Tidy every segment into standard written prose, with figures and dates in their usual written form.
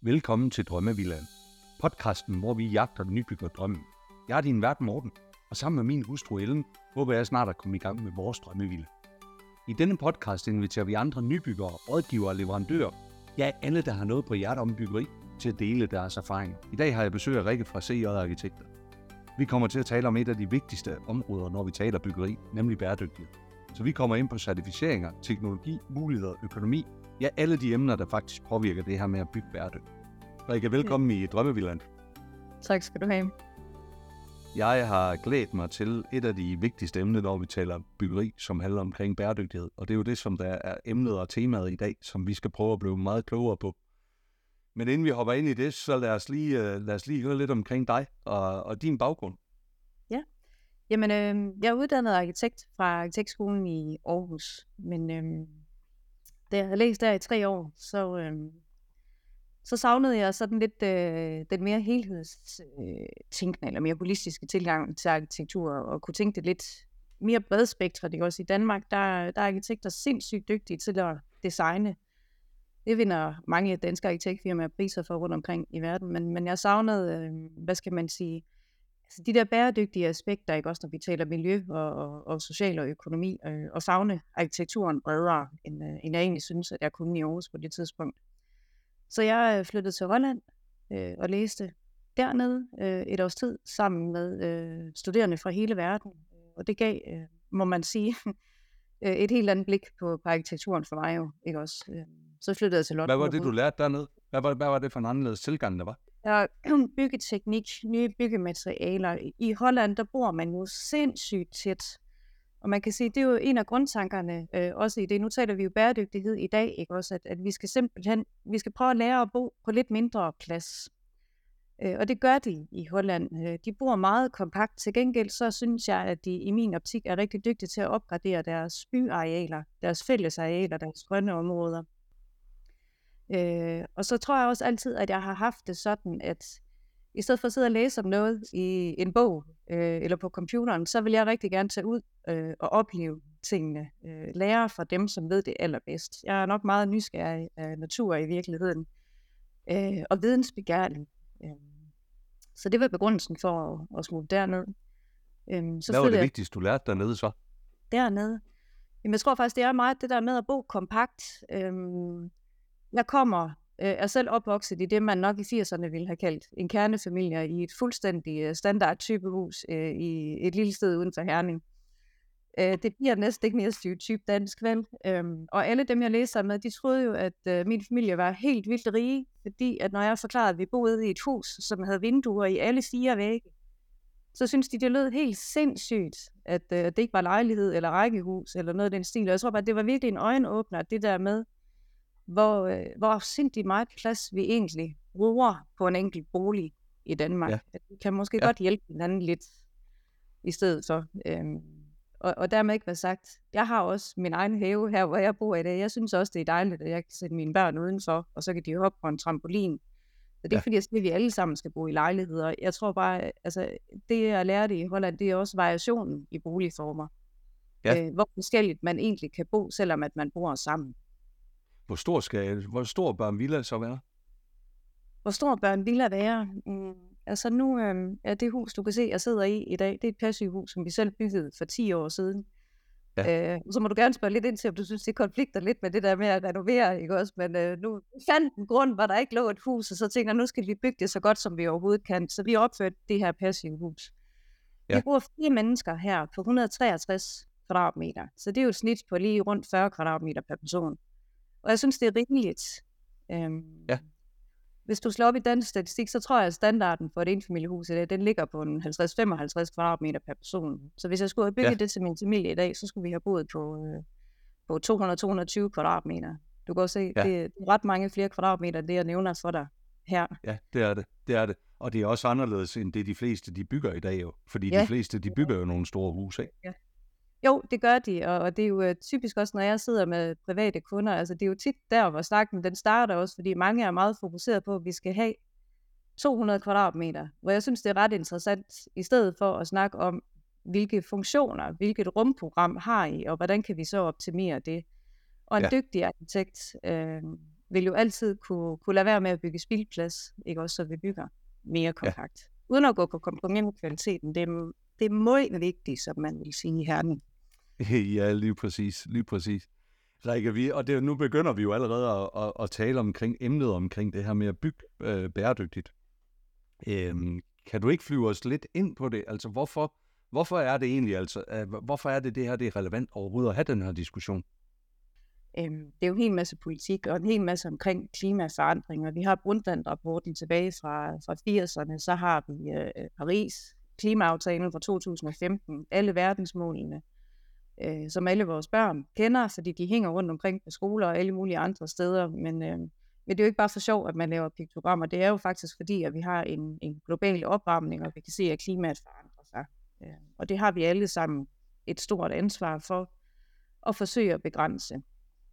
Velkommen til Drømmevillaen, podcasten, hvor vi jagter nybyggerdrømmen. Jeg er din vært Morten, og sammen med min hustru Ellen, håber jeg snart at komme i gang med vores drømmevilla. I denne podcast inviterer vi andre nybyggere, rådgivere og leverandører, ja alle, der har noget på hjertet om byggeri, til at dele deres erfaring. I dag har jeg besøg af Rikke fra CJ Arkitekter. Vi kommer til at tale om et af de vigtigste områder, når vi taler byggeri, nemlig bæredygtighed. Så vi kommer ind på certificeringer, teknologi, muligheder, økonomi, ja, alle de emner, der faktisk påvirker det her med at bygge bæredygtigt. Rikke, velkommen i Drømmevillaen. Tak skal du have. Jeg har glædet mig til et af de vigtigste emner, når vi taler byggeri, som handler omkring bæredygtighed. Og det er jo det, som der er emnet og temaet i dag, som vi skal prøve at blive meget klogere på. Men inden vi hopper ind i det, så lad os lige høre lidt omkring dig og din baggrund. Ja, jamen jeg er uddannet arkitekt fra Arkitektskolen i Aarhus, men da jeg havde læst der i 3 år, så savnede jeg sådan lidt den mere helhedstænkende eller mere holistiske tilgang til arkitektur, og kunne tænke det lidt mere bredspektret. Ikke? Også i Danmark, der er arkitekter sindssygt dygtige til at designe. Det vinder mange danske arkitektfirmaer priser for rundt omkring i verden, men jeg savnede, hvad skal man sige, altså de der bæredygtige aspekter, ikke? Også når vi taler miljø og social og økonomi, og savne arkitekturen bredere, end jeg egentlig synes, at jeg kunne i Aarhus på det tidspunkt. Så jeg flyttede til Holland og læste dernede et års tid sammen med studerende fra hele verden, og det gav, må man sige, et helt andet blik på arkitekturen for mig jo, ikke også? Så flyttede jeg til London. Hvad var det, du lærte dernede? Hvad var det for en anderledes tilgang, der var? Ja, byggeteknik, nye byggematerialer. I Holland, der bor man jo sindssygt tæt. Og man kan sige, det er jo en af grundtankerne også i det. Nu taler vi jo bæredygtighed i dag, ikke også? At vi skal simpelthen, vi skal prøve at lære at bo på lidt mindre plads. Og det gør de i Holland. De bor meget kompakt. Til gengæld så synes jeg, at de i min optik er rigtig dygtige til at opgradere deres byarealer, deres fællesarealer, deres grønne områder. Og så tror jeg også altid, at jeg har haft det sådan, at i stedet for at sidde og læse om noget i en bog eller på computeren, så vil jeg rigtig gerne tage ud og opleve tingene. Lære fra dem, som ved det allerbedst. Jeg er nok meget nysgerrig af natur i virkeligheden. Og vidensbegærlig. Så det var begrundelsen for at smule derned. Hvad var det vigtigste, du lærte dernede så? Dernede? Jamen, jeg tror faktisk, det er meget det der med at bo kompakt. Jeg er selv opvokset i det, man nok i 80'erne ville have kaldt en kernefamilie i et fuldstændig standard typehus i et lille sted uden for Herning. Det bliver næsten ikke mere stereotyp dansk, vel? Og alle dem, jeg læste med, de troede jo, at min familie var helt vildt rige, fordi at når jeg forklarede, at vi boede i et hus, som havde vinduer i alle 4 vægge, så synes de, det lød helt sindssygt, at det ikke var lejlighed eller rækkehus eller noget af den stil. Og jeg tror bare, at det var virkelig en øjenåbner, det der med, hvor sindssygt meget plads vi egentlig bruger på en enkelt bolig i Danmark. Ja. At vi kan måske godt hjælpe hinanden lidt i stedet for. Og dermed ikke være sagt, jeg har også min egen have her, hvor jeg bor i dag. Jeg synes også, det er dejligt, at jeg kan sætte mine børn udenfor, og så kan de hoppe på en trampolin. Så det er ikke fordi, jeg siger, at vi alle sammen skal bo i lejligheder. Jeg tror bare, altså det jeg lærte i Holland, det er også variationen i boligformer. Ja. Hvor forskelligt man egentlig kan bo, selvom at man bor sammen. Hvor stor bør en villa så være? Hvor stor bør en villa være? Altså nu er det hus, du kan se, jeg sidder i dag, det er et passivhus, som vi selv byggede for 10 år siden. Ja. Så må du gerne spørge lidt ind til, om du synes, det konflikter lidt med det der med at renovere, ikke også? Men nu fandt en grund, hvor der ikke lå et hus, og så tænker jeg, nu skal vi bygge det så godt, som vi overhovedet kan. Så vi har opført det her passivhus. Ja. Vi bor 4 mennesker her på 163 kvadratmeter, så det er jo et snit på lige rundt 40 kvadratmeter per person. Og jeg synes, det er rimeligt. Ja. Hvis du slår op i dansk statistik, så tror jeg, at standarden for et enfamiliehus i dag, den ligger på en 50-55 kvadratmeter per person. Så hvis jeg skulle have bygget det til min familie i dag, så skulle vi have boet på 200-220 kvadratmeter. Du kan også se, det er ret mange flere kvadratmeter, det jeg nævner for dig her. Ja, det er det. Og det er også anderledes, end det de fleste de bygger i dag jo. Fordi de fleste de bygger jo nogle store huse, ikke? Ja. Jo, det gør de, og det er jo typisk også, når jeg sidder med private kunder, altså det er jo tit der, hvor snakken den starter også, fordi mange er meget fokuseret på, at vi skal have 200 kvadratmeter, hvor jeg synes, det er ret interessant, i stedet for at snakke om, hvilke funktioner, hvilket rumprogram har I, og hvordan kan vi så optimere det. Og en dygtig arkitekt vil jo altid kunne lade være med at bygge spildplads, ikke også, så vi bygger mere kompakt. Uden at gå på kompromis med kvaliteten. Det er meget vigtigt, som man vil sige her nu. Ja, lige præcis. Rikke, og nu begynder vi jo allerede at tale omkring emnet omkring det her med at bygge bæredygtigt. Kan du ikke flyve os lidt ind på det? Altså, hvorfor er det egentlig, hvorfor er det her, det er relevant overhovedet at have den her diskussion? Det er jo en hel masse politik og en hel masse omkring klimaforandringer. Vi har Brundtland-rapporten tilbage fra 80'erne, så har vi Paris, klimaaftalen fra 2015, alle verdensmålene, som alle vores børn kender, fordi de hænger rundt omkring på skoler og alle mulige andre steder. Men det er jo ikke bare for sjov, at man laver piktogrammer. Det er jo faktisk fordi, at vi har en global opvarmning, og vi kan se, at klimaet forandrer sig. Og det har vi alle sammen et stort ansvar for at forsøge at begrænse.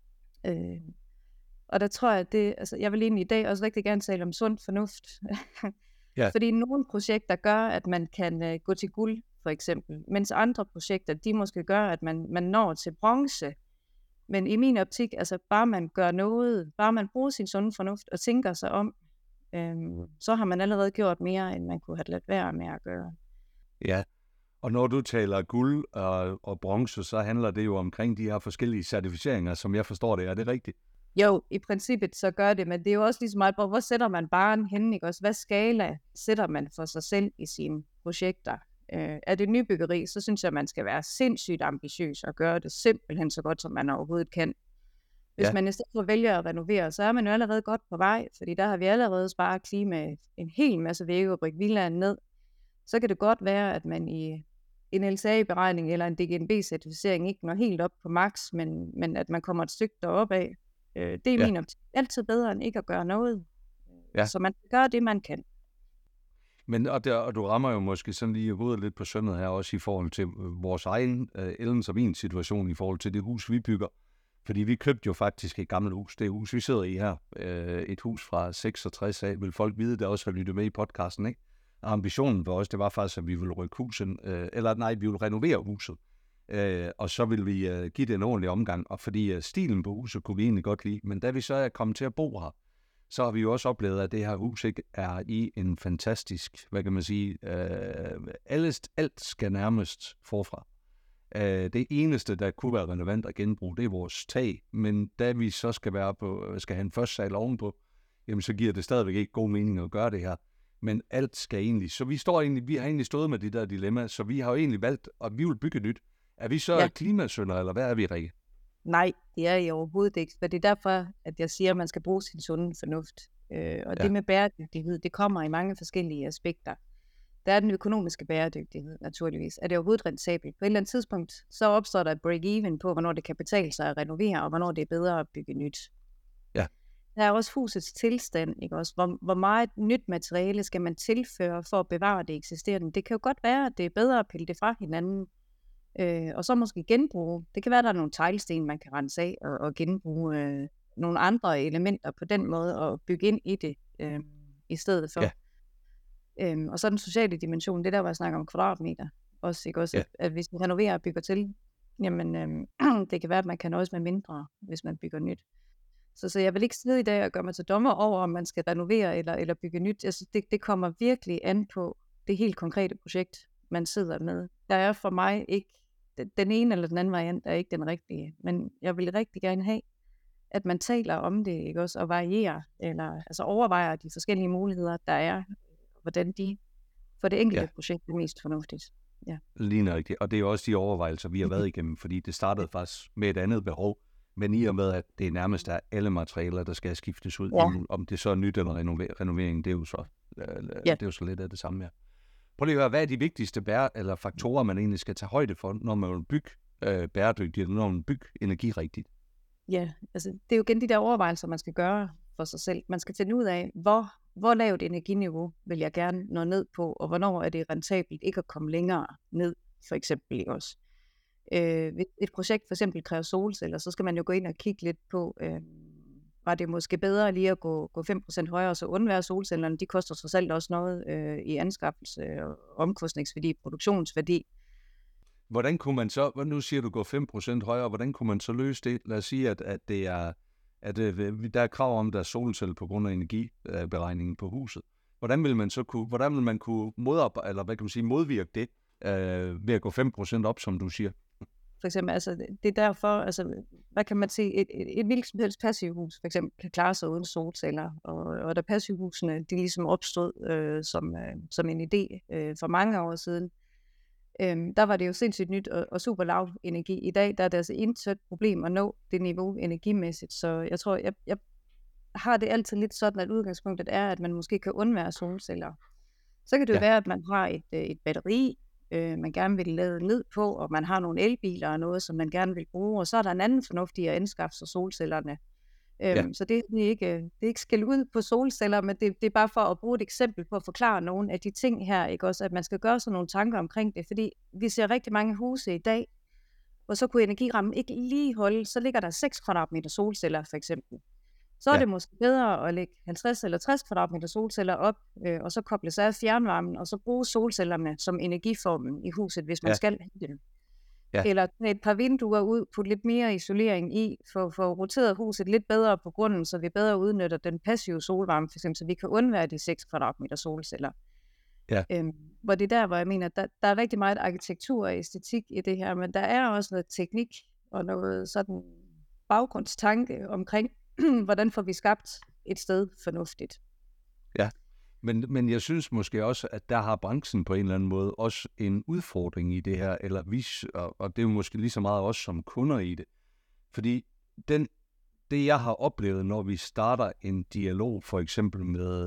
Og der tror jeg, jeg vil egentlig i dag også rigtig gerne tale om sund fornuft. Fordi nogle projekter gør, at man kan gå til guld, for eksempel, mens andre projekter, de måske gør, at man når til bronze. Men i min optik, bare man gør noget, bare man bruger sin sunde fornuft og tænker sig om, så har man allerede gjort mere, end man kunne have ladt være med at gøre. Ja, og når du taler guld og bronze, så handler det jo omkring de her forskellige certificeringer, som jeg forstår det. Er det rigtigt? Jo, i princippet så gør det, men det er jo også lige så meget på, hvor sætter man barren henne, ikke også? Hvad skala sætter man for sig selv i sine projekter? Er det nybyggeri, så synes jeg, man skal være sindssygt ambitiøs og gøre det simpelthen så godt, som man overhovedet kan. Hvis man i stedet for vælger at renovere, så er man jo allerede godt på vej, fordi der har vi allerede sparet klima en hel masse vægge og brik villaen ned. Så kan det godt være, at man i en LCA-beregning eller en DGNB-certificering ikke når helt op på max, men at man kommer et stykke deroppe af. Det er min optik altid bedre end ikke at gøre noget. Så man skal gøre det, man kan. Men og du rammer jo måske sådan lige hovedet lidt på sømmet her, også i forhold til vores egen, Ellens og min situation, i forhold til det hus, vi bygger. Fordi vi købte jo faktisk et gammelt hus. Det hus, vi sidder i her, et hus fra 66 af, vil folk vide, der også har lyttet med i podcasten, ikke? Og ambitionen for os, det var faktisk, at vi ville rykke huset, vi ville renovere huset. Og så ville vi give det en ordentlig omgang, og fordi stilen på huset kunne vi egentlig godt lide. Men da vi så er kommet til at bo her, så har vi jo også oplevet, at det her hus ikke er i en fantastisk, hvad kan man sige, alt skal nærmest forfra. Det eneste, der kunne være relevant at genbruge, det er vores tag, men da vi så skal have en første sal ovenpå, jamen så giver det stadigvæk ikke god mening at gøre det her. Men alt skal egentlig, så vi har egentlig stået med det der dilemma, så vi har jo egentlig valgt, at vi vil bygge nyt. Er vi så klimasynder, eller hvad er vi, Rikke? Nej, det er I overhovedet ikke. Men det er derfor, at jeg siger, at man skal bruge sin sunde fornuft. Det med bæredygtighed, det kommer i mange forskellige aspekter. Der er den økonomiske bæredygtighed, naturligvis. Er det overhovedet rentabelt? På et eller andet tidspunkt, så opstår der et break-even på, hvornår det kan betale sig at renovere, og hvornår det er bedre at bygge nyt. Ja. Der er også husets tilstand, ikke også? Hvor meget nyt materiale skal man tilføre for at bevare det eksisterende? Det kan jo godt være, at det er bedre at pille det fra hinanden, og så måske genbruge. Det kan være, at der er nogle teglsten, man kan rense af og genbruge nogle andre elementer på den måde og bygge ind i det i stedet for. Ja. Og så den sociale dimension, det der, hvor jeg snakker om kvadratmeter. Også, ikke? Også at hvis man renoverer og bygger til, jamen det kan være, at man kan nøjes med mindre, hvis man bygger nyt. Så jeg vil ikke sidde i dag og gøre mig til dommer over, om man skal renovere eller bygge nyt. Altså, det kommer virkelig an på det helt konkrete projekt, man sidder med. Der er for mig ikke, den ene eller den anden variant er ikke den rigtige, men jeg vil rigtig gerne have, at man taler om det, ikke også, og varierer, eller altså overvejer de forskellige muligheder, der er, hvordan de for det enkelte projekt er mest fornuftigt. Ja. Lige rigtigt, og det er jo også de overvejelser, vi har været igennem, fordi det startede faktisk med et andet behov, men i og med, at det nærmest er alle materialer, der skal skiftes ud, om det så er nyt eller renovering, det er jo så, det er jo så lidt af det samme her. Prøv lige at høre, hvad er de vigtigste faktorer, man egentlig skal tage højde for, når man vil bygge bæredygtigt, eller når man vil bygge energirigtigt? Ja, altså det er jo igen de der overvejelser, man skal gøre for sig selv. Man skal finde ud af, hvor lavt energiniveau vil jeg gerne nå ned på, og hvornår er det rentabelt ikke at komme længere ned, for eksempel også. Hvis et projekt for eksempel kræver solceller, så skal man jo gå ind og kigge lidt på, var det måske bedre lige at gå 5% højere, så undvære solcellerne. De koster trods alt også noget i anskaffelse og omkostningsværdi, produktionsværdi. Hvordan kunne man så, nu siger du gå 5% højere, hvordan kunne man så løse det? Lad os sige, at det er at der er krav om, at der er solceller på grund af energiberegningen på huset. Hvordan vil man kunne modvirke det ved at gå 5% op, som du siger? For eksempel, altså, det er derfor, altså, hvad kan man sige, et hvilket som helst passivhus, for eksempel, kan klare sig uden solceller, og da passivhusene, de ligesom opstod som en idé for mange år siden, der var det jo sindssygt nyt og super lav energi. I dag, der er det altså intet problem at nå det niveau energimæssigt, så jeg tror, jeg har det altid lidt sådan, at udgangspunktet er, at man måske kan undvære solceller. Så kan det jo være, at man har et batteri, man gerne vil lade ned på, og man har nogle elbiler og noget, som man gerne vil bruge, og så er der en anden fornuftig at anskaffe sig solcellerne. Så det er ikke skæld ud på solceller, men det er bare for at bruge et eksempel på at forklare nogle af de ting her, ikke også, at man skal gøre sig nogle tanker omkring det, fordi vi ser rigtig mange huse i dag, og så kunne energirammen ikke lige holde, så ligger der 6 kvadratmeter solceller for eksempel. Så er det måske bedre at lægge 50 eller 60 kvadratmeter solceller op, og så koble sig af fjernvarmen, og så bruge solcellerne som energiformen i huset, hvis man skal have dem. Eller tage et par vinduer ud, putte lidt mere isolering i, for roteret huset lidt bedre på grunden, så vi bedre udnytter den passive solvarme, for eksempel, så vi kan undvære de 6 kvadratmeter solceller. Hvor det er der, hvor jeg mener, der er rigtig meget arkitektur og æstetik i det her, men der er også noget teknik og noget sådan baggrundstanke omkring, hvordan får vi skabt et sted fornuftigt. Ja, men jeg synes måske også, at der har branchen på en eller anden måde også en udfordring i det her, og det er jo måske lige så meget også som kunder i det. Fordi det jeg har oplevet, når vi starter en dialog, for eksempel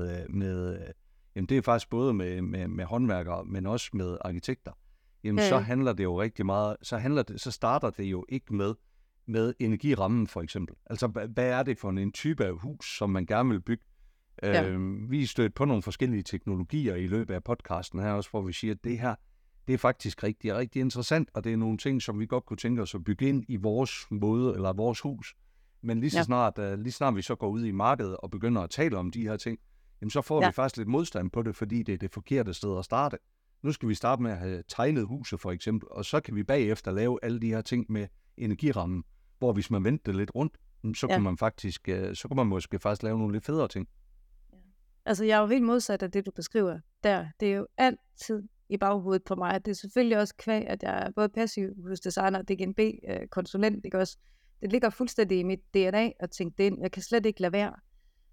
jamen det er faktisk både med håndværkere, men også med arkitekter, jamen så handler det jo rigtig meget, så starter det jo ikke med energirammen for eksempel. Altså, hvad er det for en type af hus, som man gerne vil bygge? Vi er stødt på nogle forskellige teknologier i løbet af podcasten her også, hvor vi siger, at det her, det er faktisk rigtig, rigtig interessant, og det er nogle ting, som vi godt kunne tænke os at bygge ind i vores måde, eller vores hus. Men lige snart vi så går ud i markedet og begynder at tale om de her ting, jamen så får vi faktisk lidt modstand på det, fordi det er det forkerte sted at starte. Nu skal vi starte med at have tegnet huset for eksempel, og så kan vi bagefter lave alle de her ting med energirammen, hvor hvis man vendte det lidt rundt, så kunne man måske faktisk lave nogle lidt federe ting. Altså, jeg er jo helt modsat af det, du beskriver der. Det er jo altid i baghovedet på mig. Det er selvfølgelig også kvæg, at jeg er både passivhusdesigner og DGNB-konsulent, ikke også? Det ligger fuldstændig i mit DNA at tænke det ind. Jeg kan slet ikke lade være.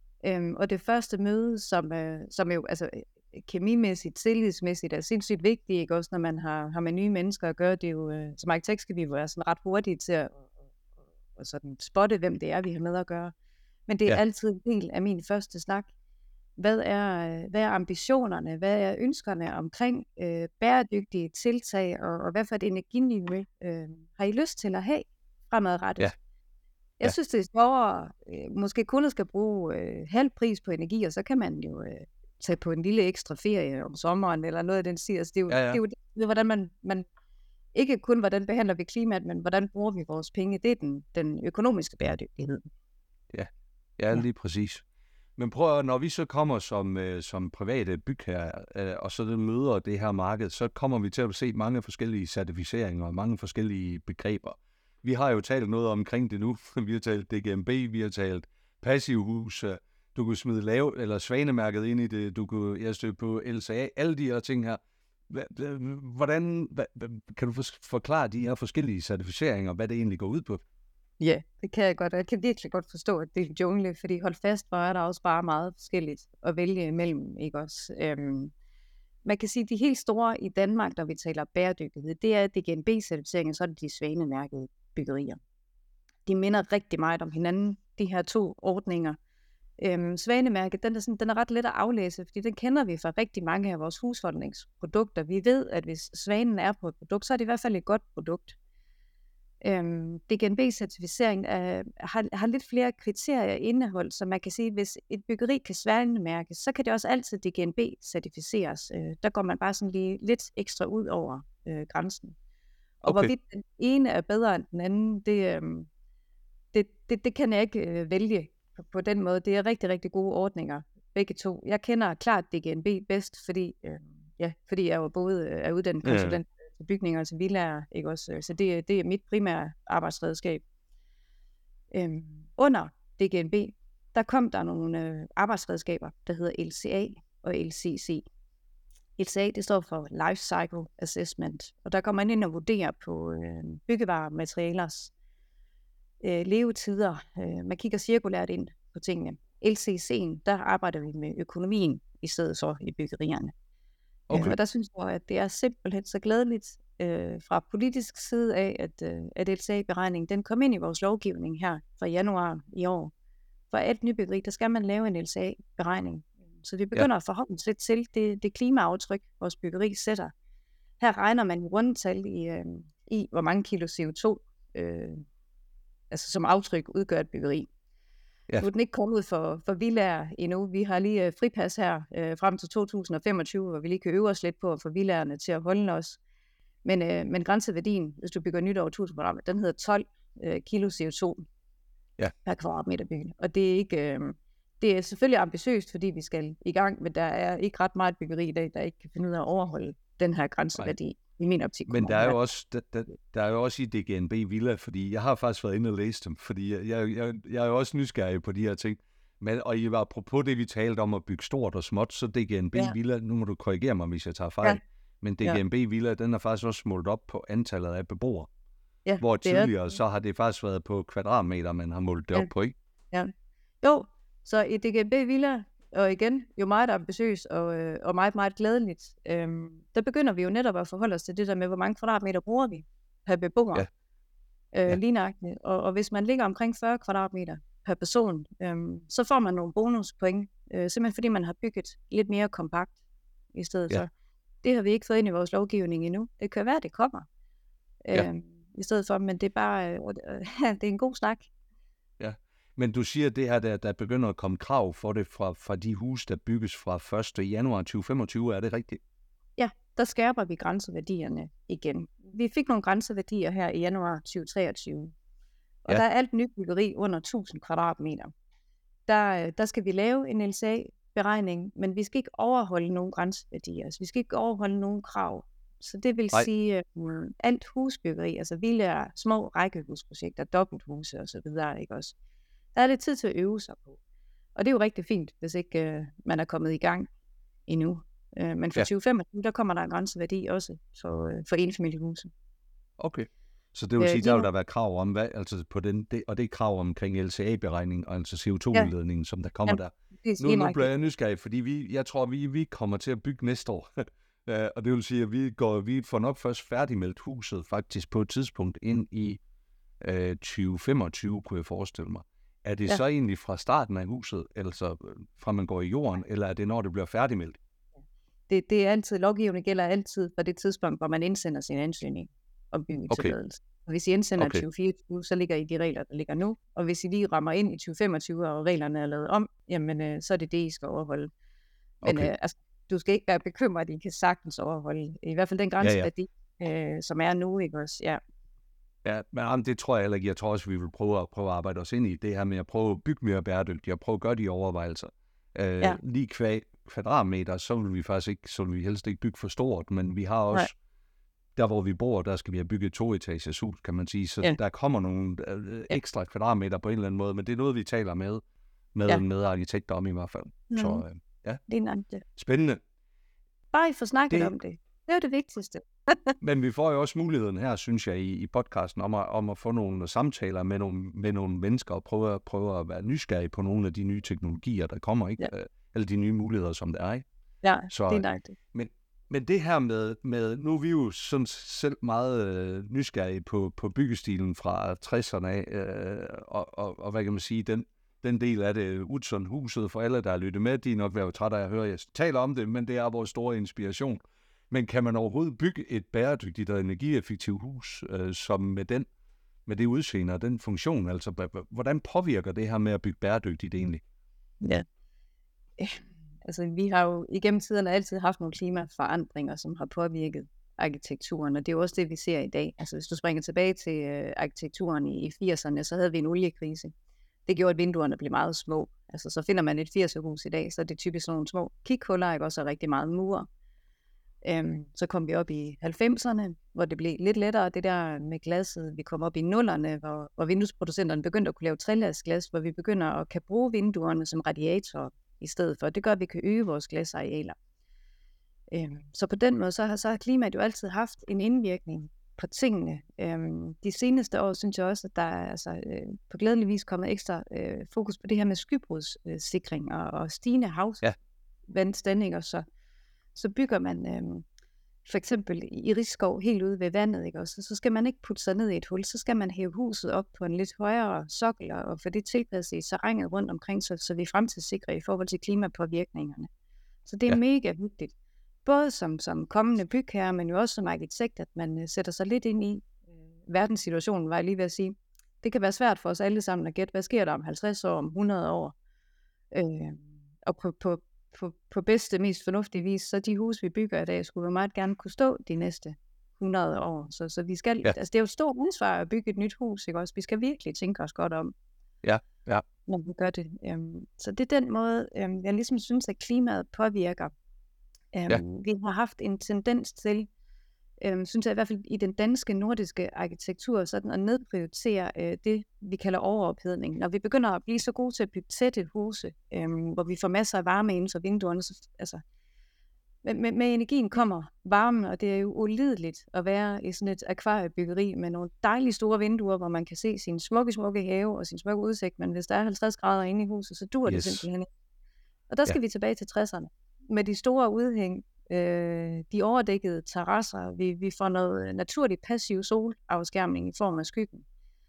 Og det første møde, som jo altså kemimæssigt, tillidsmæssigt er sindssygt vigtigt, ikke også, når man har med nye mennesker at gøre. Det er jo, som arkitekt skal vi være sådan ret hurtige til at sådan spotte, hvem det er, vi har med at gøre. Men det er altid en del af min første snak. Hvad er ambitionerne? Hvad er ønskerne omkring bæredygtige tiltag, og hvad for et energiniveau har I lyst til at have fremadrettet? Jeg synes, det er sjovere. Måske kun skal bruge halv pris på energi, og så kan man jo tage på en lille ekstra ferie om sommeren, eller noget af den stil. Altså, det er jo det, hvordan man ikke kun, hvordan behandler vi klimaet, men hvordan bruger vi vores penge. Det er den økonomiske bæredygtighed. Ja, lige præcis. Men prøv at, når vi så kommer som private bygherrer, og så møder det her marked, så kommer vi til at se mange forskellige certificeringer og mange forskellige begreber. Vi har jo talt noget omkring det nu. Vi har talt DGNB, vi har talt passivhus, du kunne smide svanemærket ind i det, jeg stødte på LCA, alle de her ting her. Hvordan kan du forklare de her forskellige certificeringer, hvad det egentlig går ud på? Ja, det kan jeg godt, og jeg kan virkelig godt forstå, at det er jungle, fordi hold fast, hvor er der også bare meget forskelligt at vælge imellem, ikke også? Man kan sige, at de helt store i Danmark, når vi taler bæredygtighed, det er DGNB-certificeringen, så er det de svanemærkede byggerier. De minder rigtig meget om hinanden, de her to ordninger. Svanemærket, den er ret let at aflæse, fordi den kender vi fra rigtig mange af vores husholdningsprodukter. Vi ved, at hvis svanen er på et produkt, så er det i hvert fald et godt produkt. DGNB-certificering har lidt flere kriterier indeholdt, så man kan sige, at hvis et byggeri kan svanemærkes, så kan det også altid DGNB-certificeres. Der går man bare sådan lige lidt ekstra ud over grænsen. Og hvorvidt den ene er bedre end den anden, det kan jeg ikke vælge på den måde. Det er rigtig, rigtig gode ordninger, begge to. Jeg kender klart DGNB bedst, fordi jeg jo både er uddannet konsulent til bygninger og til villaer, ikke også? Så det er mit primære arbejdsredskab. Under DGNB, der kom der nogle arbejdsredskaber, der hedder LCA og LCC. LCA, det står for Life Cycle Assessment, og der går man ind og vurderer på byggevarematerialers levetider. Man kigger cirkulært ind på tingene. LCC'en, der arbejder vi med økonomien i stedet for i byggerierne. Okay. Og der synes jeg, at det er simpelthen så glædeligt fra politisk side af, at LCA-beregningen den kom ind i vores lovgivning her fra januar i år. For alt nybyggeri, der skal man lave en LCA-beregning. Så vi begynder at forholde os lidt til det klimaaftryk, vores byggeri sætter. Her regner man i rundetal i hvor mange kilo CO2, altså som aftryk udgør et byggeri. Nu er den ikke kommet for villaer endnu. Vi har lige fripas her frem til 2025, hvor vi lige kan øve os lidt på at få villaerne til at holde os. Men grænseværdien, hvis du bygger nyt over 1000 kvadratmeter, den hedder 12 kilo CO2 per kvadratmeter bygget. Og det er ikke... Det er selvfølgelig ambitiøst, fordi vi skal i gang, men der er ikke ret meget byggeri i dag, der ikke kan finde ud af at overholde den her grænseværdi i min optik. Men der er jo også i DGNB Villa, fordi jeg har faktisk været inde og læst dem, fordi jeg er jo også nysgerrig på de her ting. Men, og apropos det, vi talte om at bygge stort og småt, så DGNB Villa, nu må du korrigere mig, hvis jeg tager fejl, men DGNB Villa, den er faktisk også målt op på antallet af beboere. Hvor tidligere, så har det faktisk været på kvadratmeter, man har målt det op på, ikke? Ja. Jo, så i DGNB Villa, og igen, jo meget ambitiøst og meget, meget glædeligt, der begynder vi jo netop at forholde os til det der med, hvor mange kvadratmeter bruger vi per beboer. Lige nøjagtigt. Og hvis man ligger omkring 40 kvadratmeter per person, så får man nogle bonuspoint, simpelthen fordi man har bygget lidt mere kompakt i stedet for. Det har vi ikke fået ind i vores lovgivning endnu. Det kan være, det kommer i stedet for, men det er bare, det er en god snak. Ja. Men du siger, at det her, der begynder at komme krav for det fra de huse, der bygges fra 1. januar 2025. Er det rigtigt? Ja, der skærper vi grænseværdierne igen. Vi fik nogle grænseværdier her i januar 2023. Og der er alt nybyggeri under 1000 kvadratmeter. Der skal vi lave en LCA-beregning, men vi skal ikke overholde nogen grænseværdier. Altså, vi skal ikke overholde nogen krav. Så det vil sige, alt husbyggeri, altså villaer, små rækkehusprojekter, dobbelthuse osv., ikke også? Der er lidt tid til at øve sig på. Og det er jo rigtig fint, hvis ikke man er kommet i gang endnu. Men for 2025, der kommer der en grænseværdi også for enfamiliehuse. Okay. Så det vil sige, der vil der være krav om, altså på og det er krav omkring LCA-beregning, og altså CO2-udledningen, som der kommer der. Nu bliver jeg nysgerrig, fordi jeg tror, vi kommer til at bygge næste år. Og det vil sige, at vi får nok først færdigmeldt huset faktisk på et tidspunkt ind i 2025, kunne jeg forestille mig. Er det så egentlig fra starten af huset, altså fra man går i jorden, eller er det, når det bliver færdigmeldt? Det er altid, lovgivningen gælder altid fra det tidspunkt, hvor man indsender sin ansøgning om byggetilladelse. Og hvis I indsender 2024, så ligger I de regler, der ligger nu. Og hvis I lige rammer ind i 2025, og reglerne er lavet om, jamen så er det det, I skal overholde. Men altså, du skal ikke være bekymret, I kan sagtens overholde. I hvert fald den grænseværdi, som er nu, ikke også? Ja. Ja, men det tror jeg heller ikke. Jeg tror også, vi vil prøve at arbejde os ind i det her med at prøve at bygge mere bæredygtigt, og prøve at gøre de overvejelser. Lige kvadratmeter, så vil vi faktisk ikke, så vil vi helst ikke bygge for stort, men vi har også, der hvor vi bor, der skal vi have bygget 2-etages hus, kan man sige, så der kommer nogle ekstra kvadratmeter på en eller anden måde, men det er noget, vi taler med arkitekter om i hvert fald. Så det er nok det. Spændende. Bare I får snakket om det. Det er det vigtigste. Men vi får jo også muligheden her, synes jeg, i podcasten om at få nogle samtaler med nogle mennesker og prøve at være nysgerrige på nogle af de nye teknologier, der kommer, ikke? Eller de nye muligheder, som der er, ikke? Ja, så, det er nok det. Men det her med nu er vi jo sådan selv meget nysgerrige på byggestilen fra 60'erne af, og hvad kan man sige, den del af det, Utzon-huset, for alle, der har lyttet med, de er nok været trætte af at høre, jeg taler om det, men det er vores store inspiration. Men kan man overhovedet bygge et bæredygtigt og energieffektivt hus, som med det udseende og den funktion? Altså, hvordan påvirker det her med at bygge bæredygtigt egentlig? Ja. Altså, vi har jo igennem tiderne altid haft nogle klimaforandringer, som har påvirket arkitekturen, og det er jo også det, vi ser i dag. Altså, hvis du springer tilbage til arkitekturen i 80'erne, så havde vi en oliekrise. Det gjorde, at vinduerne blev meget små. Altså, så finder man et 80'er-hus i dag, så er det typisk sådan nogle små kighuller, ikke? Også rigtig meget mure. Så kom vi op i 90'erne, hvor det blev lidt lettere, det der med glasset. Vi kom op i 0'erne, hvor vinduesproducenterne begyndte at kunne lave trelastglas, hvor vi begynder at kan bruge vinduerne som radiator i stedet for. Det gør, at vi kan øge vores glasarealer. Så på den måde, så har klimaet jo altid haft en indvirkning på tingene. De seneste år synes jeg også, at der er på glædelig vis kommet ekstra fokus på det her med skybrudssikring og stigende havvandstande, så bygger man for eksempel i Risskov helt ude ved vandet, ikke? Og så skal man ikke putte sig ned i et hul, så skal man hæve huset op på en lidt højere sokkel og få det tilpasset i terrænet rundt omkring, så vi er fremtidssikre i forhold til klimapåvirkningerne. Så det er mega vigtigt. Både som kommende bygherre, men jo også som arkitekt, at man sætter sig lidt ind i verdenssituationen, var jeg lige ved at sige. Det kan være svært for os alle sammen at gætte, hvad sker der om 50 år, om 100 år. Og på bedste, mest fornuftige vis, så de huse, vi bygger i dag, skulle vi meget gerne kunne stå de næste 100 år. Så vi skal, altså det er jo et stort ansvar at bygge et nyt hus, ikke også? Vi skal virkelig tænke os godt om, når vi gør det. Så det er den måde, jeg ligesom synes, at klimaet påvirker. Vi har haft en tendens til, synes jeg i hvert fald i den danske, nordiske arkitektur, sådan at nedprioritere det, vi kalder overophedning. Når vi begynder at blive så gode til at bygge tætte huse, hvor vi får masser af varme inden for vinduerne, med energien kommer varmen, og det er jo ulideligt at være i sådan et akvariebyggeri med nogle dejlige store vinduer, hvor man kan se sin smukke have og sin smukke udsigt, men hvis der er 50 grader inde i huset, så dur det simpelthen ikke. Og der skal vi tilbage til 60'erne. Med de store udhæng, de overdækkede terrasser, vi får noget naturligt passiv solafskærmning i form af skyggen.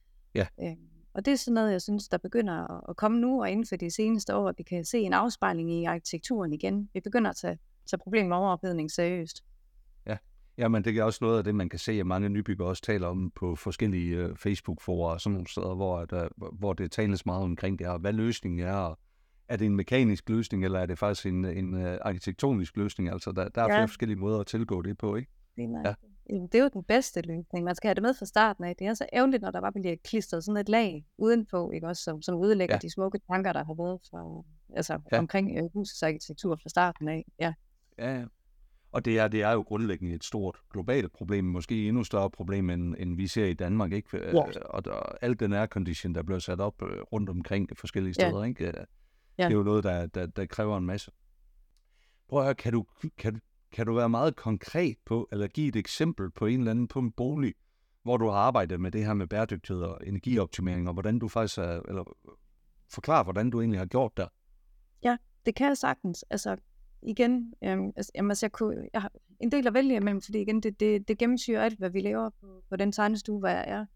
Og det er sådan noget, jeg synes, der begynder at komme nu, og inden for de seneste år, at vi kan se en afspejling i arkitekturen igen. Vi begynder at tage problemet med overophedning seriøst. Ja, men det er også noget af det, man kan se, at mange nybyggere også taler om på forskellige Facebook-forer og sådan nogle steder, hvor det tales meget omkring det her. Hvad løsningen er, og er det en mekanisk løsning, eller er det faktisk en arkitektonisk løsning? Altså, der er flere forskellige måder at tilgå det på, ikke? Det er jo den bedste løsning. Man skal have det med fra starten af. Det er så ærgerligt, når der bare bliver klistret sådan et lag udenpå, ikke også, som udlægger de smukke tanker, der har været omkring husets arkitektur fra starten af. Ja. Og det er jo grundlæggende et stort globalt problem, måske endnu større problem, end vi ser i Danmark, ikke? Og alt den aircondition, der bliver sat op rundt omkring forskellige steder, ikke? Det er jo noget, der kræver en masse. Prøv at høre, kan du være meget konkret på, eller give et eksempel på en eller anden på en bolig, hvor du har arbejdet med det her med bæredygtighed og energioptimering, og hvordan du faktisk forklare, hvordan du egentlig har gjort der? Ja, det kan jeg sagtens. Altså, igen, jeg har en del at vælge imellem, fordi igen, det gennemsyrer alt, hvad vi laver på den tegnestue, hvor jeg er.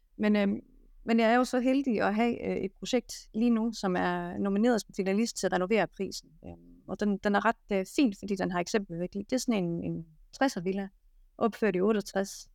Men jeg er jo så heldig at have et projekt lige nu, som er nomineret som finalist til Renover-prisen. Og den er ret fint, fordi den har eksempelværdi. Det er sådan en 60'er-villa, opført i 68,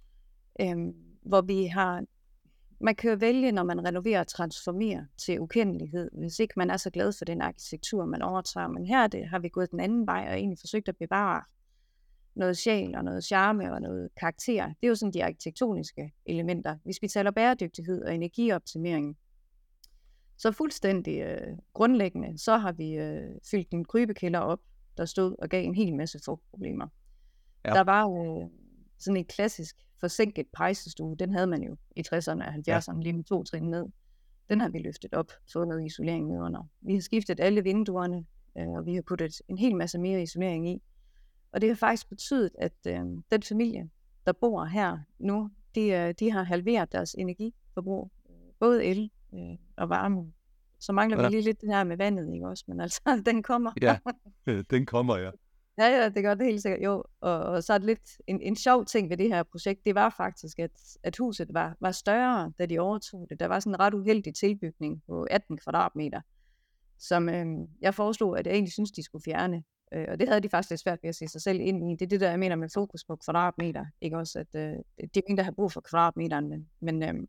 hvor vi har... Man kan jo vælge, når man renoverer og transformerer til ukendelighed, hvis ikke man er så glad for den arkitektur, man overtager. Men her har vi gået den anden vej og egentlig forsøgt at bevare noget sjæl og noget charme og noget karakter. Det er jo sådan de arkitektoniske elementer. Hvis vi taler bæredygtighed og energioptimering, så fuldstændig grundlæggende, så har vi fyldt en krybekælder op, der stod og gav en hel masse fugtproblemer. Ja. Der var sådan en klassisk forsinket pejsestue, den havde man jo i 60'erne og 70'erne, lige med 2 trin ned. Den har vi løftet op, fået noget isolering nedenunder. Vi har skiftet alle vinduerne, og vi har puttet en hel masse mere isolering i. Og det har faktisk betydet, at den familie, der bor her nu, de har halveret deres energiforbrug, både el og varme. Så mangler vi lige lidt det her med vandet, ikke også? Men altså, den kommer. Ja, den kommer, ja. Ja, det gør det helt sikkert. Jo, og så er det lidt en sjov ting ved det her projekt, det var faktisk, at huset var større, da de overtog det. Der var sådan en ret uheldig tilbygning på 18 kvadratmeter, som jeg foreslog, at jeg egentlig synes, de skulle fjerne. Og det havde de faktisk lidt svært ved at se sig selv ind i. Det er det, der jeg mener med fokus på kvadratmeter. Ikke også, at det er ingen, der har brug for kvadratmeteren. Men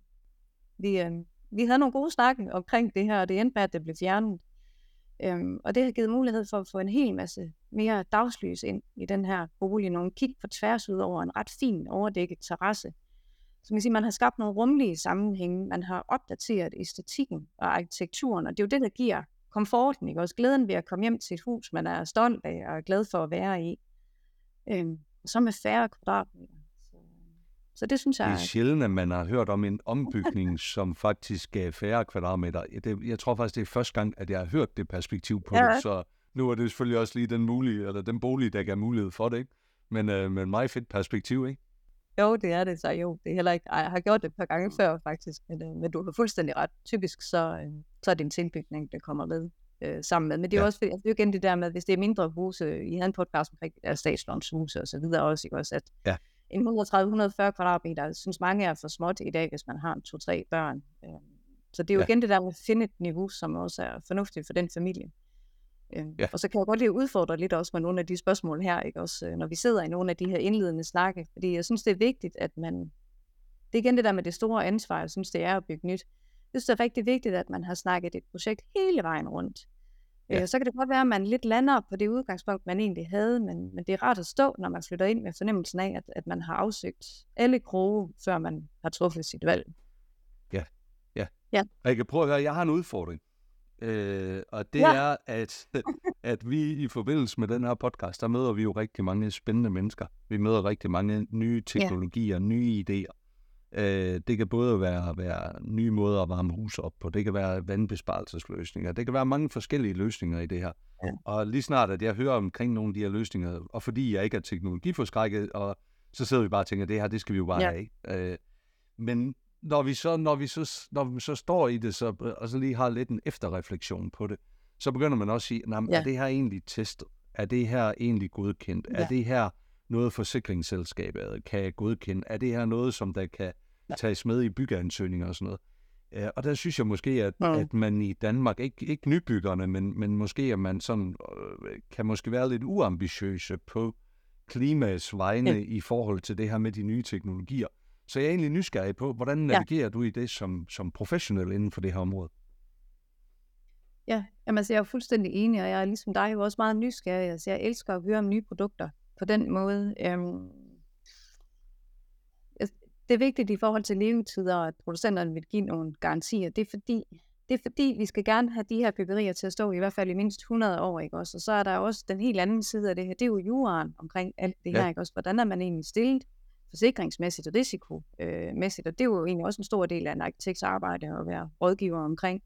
vi havde nogle gode snakke omkring det her, og det endte med, at det blev fjernet. Og det har givet mulighed for at få en hel masse mere dagslys ind i den her bolig. Nogle kig på tværs ud over en ret fin overdækket terrasse. Så man siger, man har skabt noget rumlige sammenhænge. Man har opdateret æstetikken og arkitekturen, og det er jo det, der giver komforten, ikke også? Glæden ved at komme hjem til et hus, man er stolt af og er glad for at være i. Så med færre kvadratmeter. Så det synes Det er jeg... sjældent, at man har hørt om en ombygning, som faktisk gav færre kvadratmeter. Jeg tror faktisk, det er første gang, at jeg har hørt det perspektiv på det, så nu er det selvfølgelig også lige den bolig, der gav mulighed for det, ikke? Men meget fedt perspektiv, ikke? Jo, det er det, så jo. Det er heller ikke... Jeg har gjort det et par gange før, faktisk, men du har fuldstændig ret. Typisk, så er det en tilbygning, der kommer med sammen med. Men det er jo også, altså, det er jo igen det der med, hvis det er mindre huse, I havde en podcast omkring statslånshuse og så videre også, ikke også, at en 130-140 kvadratmeter, synes mange er for småt i dag, hvis man har 2-3 børn. Så det er jo igen det der med at finde et niveau, som også er fornuftigt for den familie. Og så kan jeg godt lide at udfordre lidt også med nogle af de spørgsmål her, ikke også, når vi sidder i nogle af de her indledende snakke, fordi jeg synes, det er vigtigt, at man, det er igen det der med det store ansvar, jeg synes, det er at bygge nyt. Jeg synes, det er rigtig vigtigt, at man har snakket et projekt hele vejen rundt. Så kan det godt være, at man lidt lander på det udgangspunkt, man egentlig havde, men det er rart at stå, når man flytter ind med fornemmelsen af, at man har afsøgt alle kroge, før man har truffet sit valg. Ja. Og jeg kan prøve at høre, jeg har en udfordring. Og det er, at vi i forbindelse med den her podcast, der møder vi jo rigtig mange spændende mennesker. Vi møder rigtig mange nye teknologier, nye idéer. Det kan både være nye måder at varme hus op på, det kan være vandbesparelsesløsninger, det kan være mange forskellige løsninger i det her. Og lige snart, at jeg hører omkring nogle af de her løsninger, og fordi jeg ikke er teknologiforskrækket, og så sidder vi bare og tænker, det her, det skal vi jo bare have. Men når vi så står i det, og så lige har lidt en efterrefleksion på det, så begynder man også at sige, er det her egentlig testet? Er det her egentlig godkendt? Er det her noget forsikringsselskabet kan godkende? Er det her noget, som der kan tages med i byggeansøgninger og sådan noget? Og der synes jeg måske, at man i Danmark, ikke nybyggerne, men måske at man sådan, kan måske være lidt uambitiøse på klimaets vegne i forhold til det her med de nye teknologier. Så jeg er egentlig nysgerrig på, hvordan navigerer du i det som professionel inden for det her område? Ja, jamen, altså, jeg er fuldstændig enig, og jeg er ligesom dig jo også meget nysgerrig. Altså, jeg elsker at høre om nye produkter på den måde. Det er vigtigt i forhold til levetider, at producenterne vil give nogle garantier. Det er fordi, vi skal gerne have de her byggerier til at stå i hvert fald i mindst 100 år, ikke også? Og så er der også den helt anden side af det her. Det er jo juraen omkring alt det her, ikke også? Hvordan er man egentlig stillet forsikringsmæssigt og risikomæssigt, og det er jo egentlig også en stor del af en arkitekts arbejde at være rådgiver omkring.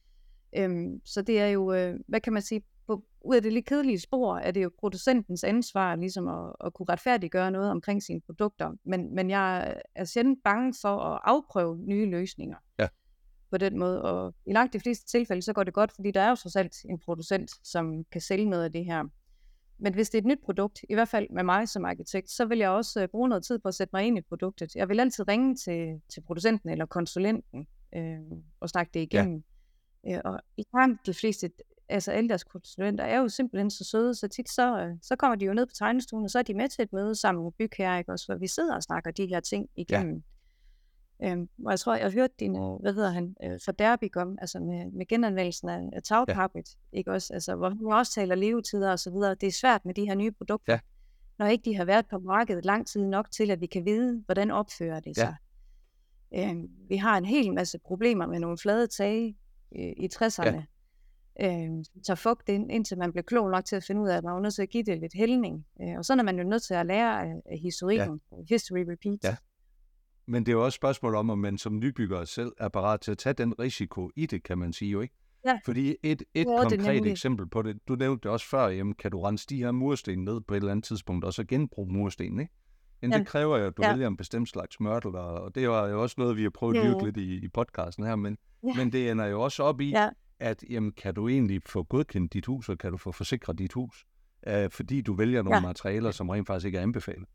Så det er jo, hvad kan man sige, ud af det lidt kedelige spor, er det jo producentens ansvar ligesom at kunne retfærdiggøre noget omkring sine produkter, men jeg er sjældent bange for at afprøve nye løsninger på den måde, og i langt de fleste tilfælde, så går det godt, fordi der er jo trods alt en producent, som kan sælge noget af det her. Men hvis det er et nyt produkt, i hvert fald med mig som arkitekt, så vil jeg også bruge noget tid på at sætte mig ind i produktet. Jeg vil altid ringe til producenten eller konsulenten og snakke det igennem. Og i langt de fleste, altså alle deres konsulenter, er jo simpelthen så søde, så tit så kommer de jo ned på tegnestuen, og så er de med til et møde sammen med bygherrer, ikke også, hvor vi sidder og snakker de her ting igennem. Og jeg tror, jeg har hørt din, fra Derbyg om, altså med genanvendelsen af tagcarpet, ikke også, altså hvor man også taler levetider og så videre. Det er svært med de her nye produkter, når ikke de har været på markedet lang tid nok til, at vi kan vide, hvordan opfører det sig. Vi har en hel masse problemer med nogle flade tage i 60'erne, tager fugt ind, indtil man bliver klog nok til at finde ud af, at man er nødt til at give det lidt hældning. Og så er man jo nødt til at lære af historikken, history repeats. Men det er jo også et spørgsmål om man som nybygger selv er parat til at tage den risiko i det, kan man sige jo, ikke? Fordi et konkret eksempel på det, du nævnte det også før, kan du rense de her mursten ned på et eller andet tidspunkt, og så genbruge mursten, ikke? Men det kræver jo, at du vælger en bestemt slags mørtel, og det var jo også noget, vi har prøvet at dyrke lidt i podcasten her, men det ender jo også op i, at kan du egentlig få godkendt dit hus, og kan du få forsikret dit hus, fordi du vælger nogle materialer, som rent faktisk ikke er anbefalet.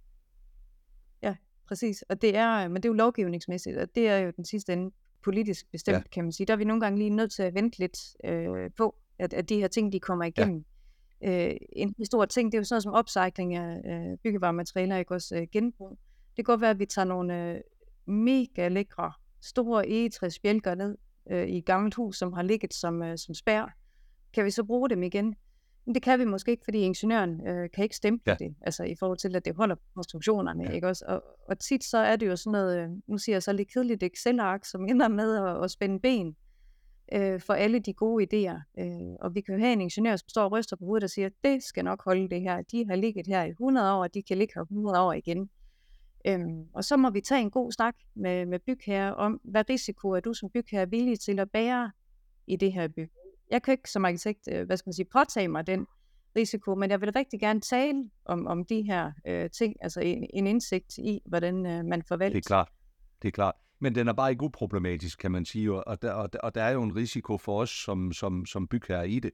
Ja, præcis. Og det er, men det er jo lovgivningsmæssigt, og det er jo den sidste ende politisk bestemt, kan man sige. Der er vi nogle gange lige nødt til at vente lidt på, at de her ting, de kommer igennem. En stor ting, det er jo sådan noget som upcycling af byggevarematerialer, ikke også genbrug. Det kan godt være, at vi tager nogle mega lækre, store egetræsbjælker ned i et gammelt hus, som har ligget som spær. Kan vi så bruge dem igen? Men det kan vi måske ikke, fordi ingeniøren kan ikke stemple det, altså i forhold til, at det holder på konstruktionerne, ikke også? Og tit så er det jo sådan noget, nu siger jeg så lidt kedeligt Excel-ark, som ender med at spænde ben. for alle de gode idéer. Og vi kan jo have en ingeniør, som står og ryster på hovedet og siger, det skal nok holde det her. De har ligget her i 100 år, og de kan ligge her 100 år igen. Og så må vi tage en god snak med bygherrer om, hvad risiko er du som bygherre villig til at bære i det her byggeri. Jeg kan ikke som arkitekt, påtage mig den risiko, men jeg vil rigtig gerne tale om de her ting, altså en indsigt i, hvordan man forvalter. Det er klart. Men den er bare ikke uproblematisk, kan man sige, og der er jo en risiko for os som bygherre i det.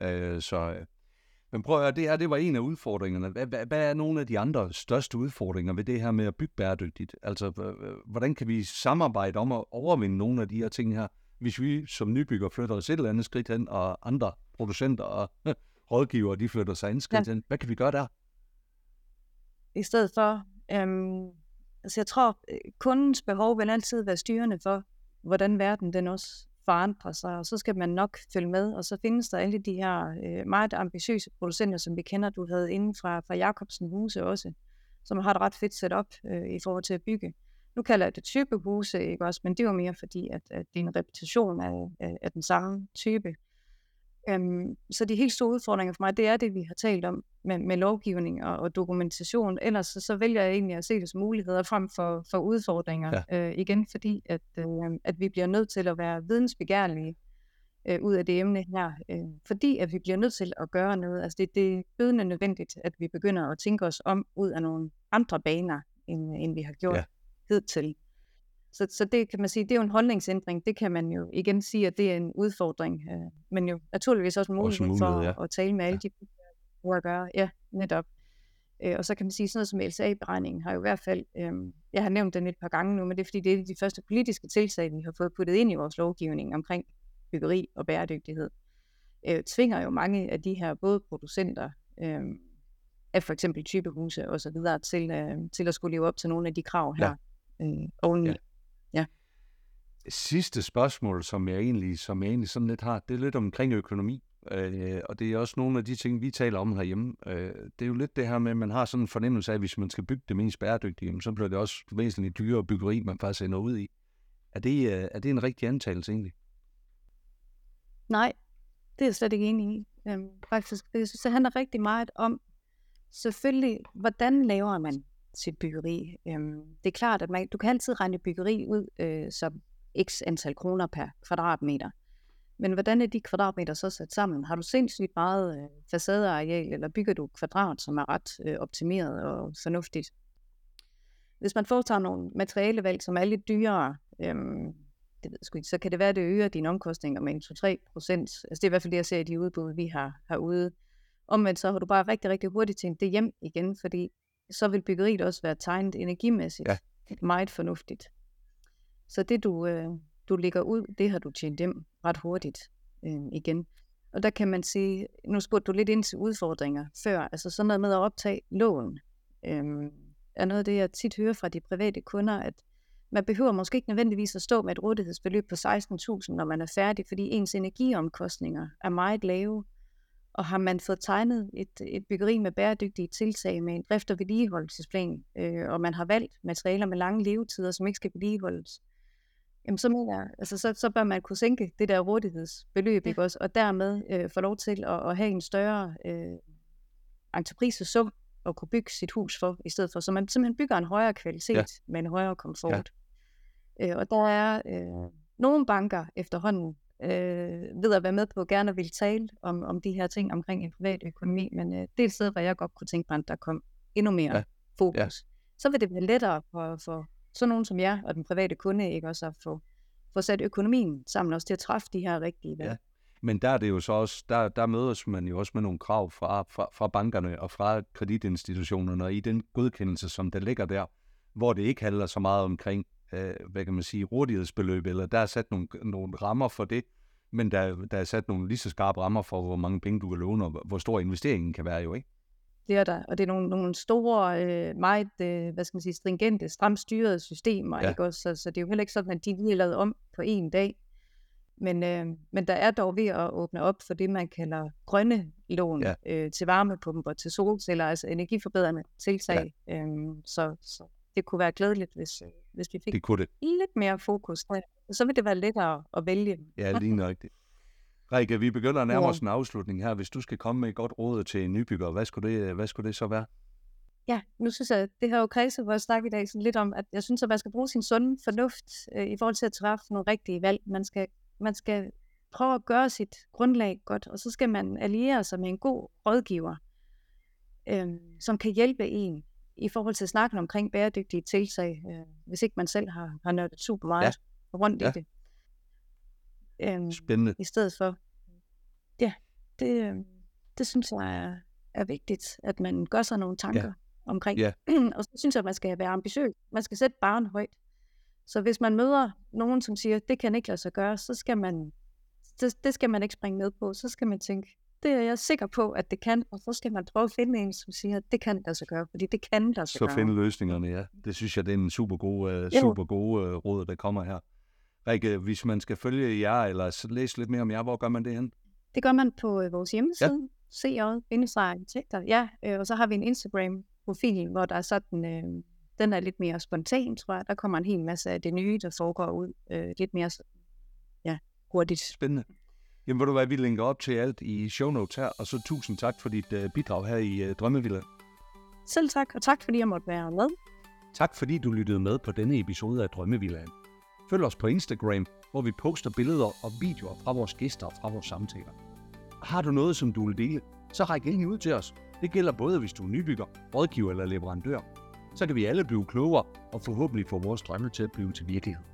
Men prøv at høre, det var en af udfordringerne. Hvad er nogle af de andre største udfordringer ved det her med at bygge bæredygtigt? Altså, hvordan kan vi samarbejde om at overvinde nogle af de her ting her, hvis vi som nybygger flytter os et eller andet skridt hen, og andre producenter og rådgivere, de flytter sig et skridt hen? Hvad kan vi gøre der? I stedet for, jeg tror, kundens behov vil altid være styrende for, hvordan verden den også forandrer sig, og så skal man nok følge med, og så findes der alle de her meget ambitiøse producenter, som vi kender, du havde inden fra Jacobsen Huse også, som har et ret fedt setup i forhold til at bygge. Nu kalder jeg det typehuse, ikke også, men det er jo mere fordi, at din reputation er den samme type. Så de helt store udfordringer for mig, det er det, vi har talt om med lovgivning og dokumentation. Ellers så vælger jeg egentlig at se det som muligheder frem for udfordringer. Igen fordi, at vi bliver nødt til at være vidensbegærlige ud af det emne her. Fordi at vi bliver nødt til at gøre noget. Altså det er bydende nødvendigt, at vi begynder at tænke os om ud af nogle andre baner, end vi har gjort hidtil. Så det kan man sige, det er jo en holdningsændring. Det kan man jo igen sige, at det er en udfordring. Men jo naturligvis også en mulighed for at tale med alle de bygherrer at gøre. Ja, netop. Og så kan man sige, sådan noget som LCA-beregningen har jo i hvert fald, jeg har nævnt den et par gange nu, men det er fordi, det er de første politiske tiltag, vi har fået puttet ind i vores lovgivning omkring byggeri og bæredygtighed. Tvinger jo mange af de her både producenter af for eksempel typehuse og så videre til at skulle leve op til nogle af de krav her oveni. Ja. Sidste spørgsmål, som jeg egentlig sådan lidt har, det er lidt omkring økonomi. Og det er også nogle af de ting, vi taler om herhjemme. Det er jo lidt det her med, at man har sådan en fornemmelse af, at hvis man skal bygge det mest bæredygtige, så bliver det også væsentligt dyrere byggeri, man faktisk ender ud i. Er det en rigtig antagelse egentlig? Nej, det er jeg slet ikke enig i. Faktisk, jeg synes, det handler rigtig meget om, selvfølgelig, hvordan laver man sit byggeri. Det er klart, at du kan altid regne byggeri ud som x antal kroner per kvadratmeter. Men hvordan er de kvadratmeter så sat sammen? Har du sindssygt meget facadeareal, eller bygger du kvadrat, som er ret optimeret og fornuftigt? Hvis man foretager nogle materialevalg, som er lidt dyrere, det ved jeg sgu ikke, så kan det være, at det øger dine omkostninger med 2-3%. Altså det er i hvert fald det, jeg ser i de udbud, vi har herude. Omvendt så har du bare rigtig, rigtig hurtigt tænkt det hjem igen, fordi så vil byggeriet også være tegnet energimæssigt meget fornuftigt. Så det, du lægger ud, det har du tjent hjem ret hurtigt igen. Og der kan man sige, nu spurgte du lidt ind til udfordringer før, altså sådan noget med at optage lån, er noget af det, jeg tit hører fra de private kunder, at man behøver måske ikke nødvendigvis at stå med et rådighedsbeløb på 16.000, når man er færdig, fordi ens energiomkostninger er meget lave. Og har man fået tegnet et byggeri med bæredygtige tiltag med en drift- og vedligeholdelsesplan, og man har valgt materialer med lange levetider, som ikke skal vedligeholdes, jamen så bør man kunne sænke det der rådighedsbeløb, ikke også? Og dermed få lov til at have en større entreprisesum at kunne bygge sit hus for, i stedet for, så man simpelthen bygger en højere kvalitet med en højere komfort. Og der er nogle banker efterhånden ved at være med på gerne vil tale om de her ting omkring en privat økonomi, men det er et sted, hvor jeg godt kunne tænke mig, at der kom endnu mere fokus. Så vil det være lettere for sådan nogen som jer og den private kunde, ikke også at få sat økonomien sammen også til at træffe de her rigtige valg. Men der er det jo så også, der mødes man jo også med nogle krav fra bankerne og fra kreditinstitutionerne, og i den godkendelse, som der ligger der, hvor det ikke handler så meget omkring, hvad kan man sige, rådighedsbeløb, eller der er sat nogle rammer for det, men der er sat nogle lige så skarpe rammer for, hvor mange penge du kan låne, og hvor stor investeringen kan være jo, ikke? Det er der, og det er nogle store, meget, stringente, stramt styrede systemer, ikke også? Så det er jo heller ikke sådan, at de lige er lavet om på en dag. Men der er dog ved at åbne op for det, man kalder grønne lån til varmepumper, til solceller, altså energiforbedrende tiltag. Så det kunne være glædeligt, hvis vi fik Det kunne det. lidt mere fokus der. Så vil det være lettere at vælge. Ja, lige nøjagtigt. Rikke, vi begynder at nærme os en afslutning her. Hvis du skal komme med et godt råd til en nybygger, hvad skulle det så være? Ja, nu synes jeg, at det har jo kredset vores snak i dag sådan lidt om, at jeg synes, at man skal bruge sin sunde fornuft i forhold til at træffe nogle rigtige valg. Man skal prøve at gøre sit grundlag godt, og så skal man alliere sig med en god rådgiver, som kan hjælpe en i forhold til snakken omkring bæredygtige tiltag, hvis ikke man selv har nørdet super meget rundt i det. Spændende. I stedet for. Ja, det synes jeg er vigtigt, at man gør sig nogle tanker omkring. Og så synes jeg, at man skal være ambitiøs. Man skal sætte barren højt. Så hvis man møder nogen, som siger, det kan ikke lade sig gøre, så skal man, det skal man ikke springe med på. Så skal man tænke, det er jeg sikker på, at det kan, og så skal man prøve at finde en, som siger, at det kan lade sig gøre, fordi det kan lade sig gøre. Så finde løsningerne, ja. Det synes jeg, det er en super god råd, der kommer her. Rikke, hvis man skal følge jer, eller læse lidt mere om jer, hvor gør man det hen? Det gør man på vores hjemmeside, CJ-arkitekter, og så har vi en Instagram-profil, hvor der er sådan, den er lidt mere spontan, tror jeg. Der kommer en hel masse af det nye, der foregår ud lidt mere hurtigt. Spændende. Jamen, ved du hvad, vi linker op til alt i show notes her, og så tusind tak for dit bidrag her i Drømmevilla. Selv tak, og tak fordi jeg måtte være med. Tak fordi du lyttede med på denne episode af Drømmevillaen. Følg os på Instagram, hvor vi poster billeder og videoer fra vores gæster og fra vores samtaler. Har du noget, som du vil dele, så ræk endelig ud til os. Det gælder både, hvis du er nybygger, rådgiver eller leverandør. Så kan vi alle blive klogere og forhåbentlig få vores drømme til at blive til virkelighed.